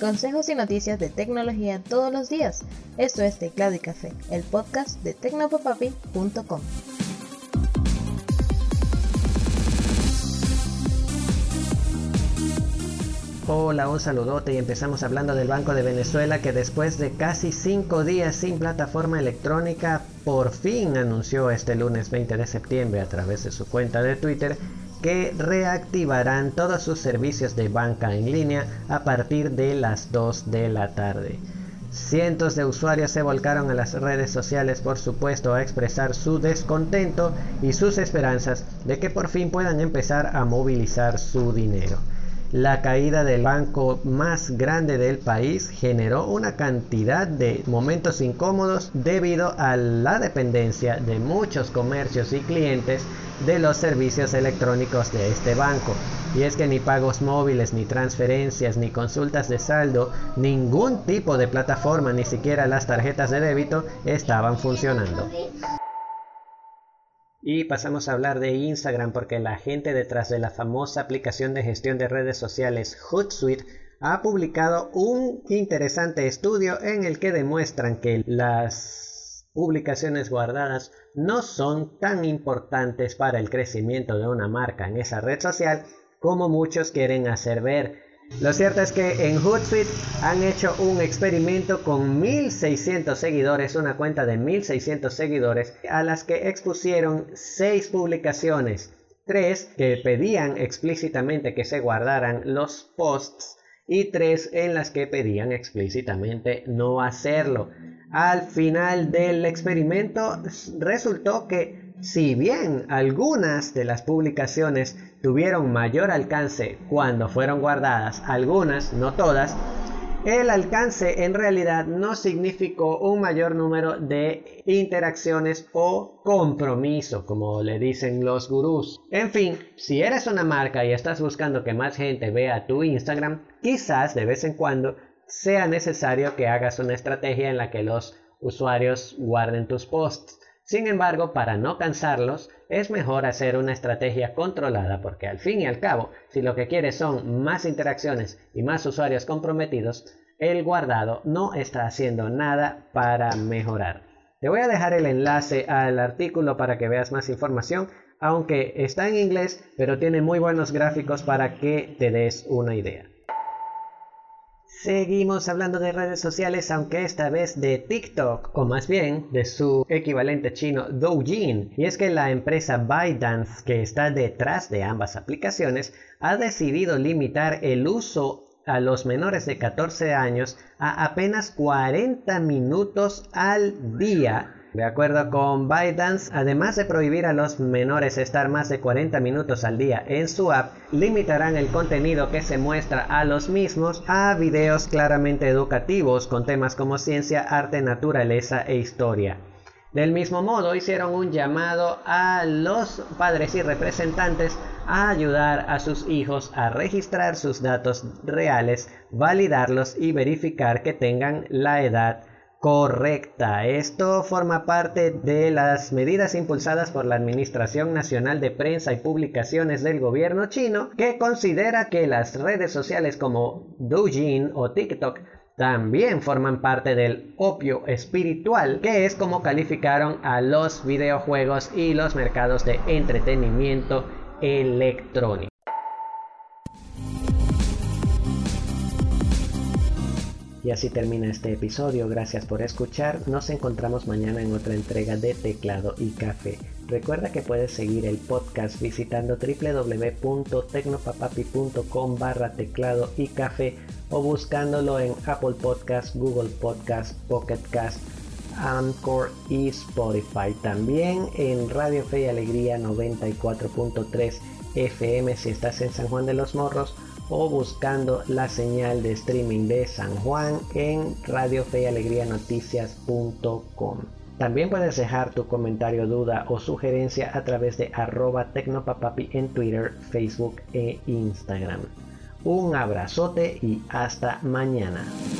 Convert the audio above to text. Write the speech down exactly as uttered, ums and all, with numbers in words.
Consejos y noticias de tecnología todos los días. Esto es Teclado y Café, el podcast de tecnopapapi punto com. Hola, un saludote y empezamos hablando del Banco de Venezuela, que después de casi cinco días sin plataforma electrónica por fin anunció este lunes veinte de septiembre a través de su cuenta de Twitter que reactivarán todos sus servicios de banca en línea a partir de las dos de la tarde. Cientos de usuarios se volcaron a las redes sociales, por supuesto, a expresar su descontento y sus esperanzas de que por fin puedan empezar a movilizar su dinero. La caída del banco más grande del país generó una cantidad de momentos incómodos debido a la dependencia de muchos comercios y clientes de los servicios electrónicos de este banco. Y es que ni pagos móviles, ni transferencias, ni consultas de saldo, ningún tipo de plataforma, ni siquiera las tarjetas de débito estaban funcionando. Y pasamos a hablar de Instagram, porque la gente detrás de la famosa aplicación de gestión de redes sociales Hootsuite ha publicado un interesante estudio en el que demuestran que las publicaciones guardadas no son tan importantes para el crecimiento de una marca en esa red social como muchos quieren hacer ver. Lo cierto es que en Hootsuite han hecho un experimento con mil seiscientos seguidores, una cuenta de mil seiscientos seguidores, a las que expusieron seis publicaciones, tres que pedían explícitamente que se guardaran los posts y tres en las que pedían explícitamente no hacerlo. Al final del experimento resultó que, si bien algunas de las publicaciones tuvieron mayor alcance cuando fueron guardadas, algunas, no todas, el alcance en realidad no significó un mayor número de interacciones o compromiso, como le dicen los gurús. En fin, si eres una marca y estás buscando que más gente vea tu Instagram, quizás de vez en cuando sea necesario que hagas una estrategia en la que los usuarios guarden tus posts. Sin embargo, para no cansarlos, es mejor hacer una estrategia controlada, porque al fin y al cabo, si lo que quieres son más interacciones y más usuarios comprometidos, el guardado no está haciendo nada para mejorar. Te voy a dejar el enlace al artículo para que veas más información, aunque está en inglés, pero tiene muy buenos gráficos para que te des una idea. Seguimos hablando de redes sociales, aunque esta vez de TikTok, o más bien de su equivalente chino Douyin. Y es que la empresa ByteDance, que está detrás de ambas aplicaciones, ha decidido limitar el uso a los menores de catorce años a apenas cuarenta minutos al día. De acuerdo con ByteDance, además de prohibir a los menores estar más de cuarenta minutos al día en su app, limitarán el contenido que se muestra a los mismos a videos claramente educativos con temas como ciencia, arte, naturaleza e historia. Del mismo modo, hicieron un llamado a los padres y representantes a ayudar a sus hijos a registrar sus datos reales, validarlos y verificar que tengan la edad correcta. Esto forma parte de las medidas impulsadas por la Administración Nacional de Prensa y Publicaciones del gobierno chino, que considera que las redes sociales como Douyin o TikTok también forman parte del opio espiritual, que es como calificaron a los videojuegos y los mercados de entretenimiento electrónico. Y así termina este episodio. Gracias por escuchar. Nos encontramos mañana en otra entrega de Teclado y Café. Recuerda que puedes seguir el podcast visitando w w w punto tecnopapapi punto com barra teclado y café o buscándolo en Apple Podcast, Google Podcast, Pocket Cast, Anchor y Spotify. También en Radio Fe y Alegría noventa y cuatro punto tres F M si estás en San Juan de los Morros, o buscando la señal de streaming de San Juan en radio fe y alegría noticias punto com. También puedes dejar tu comentario, duda o sugerencia a través de arroba tecnopapapi en Twitter, Facebook e Instagram. Un abrazote y hasta mañana.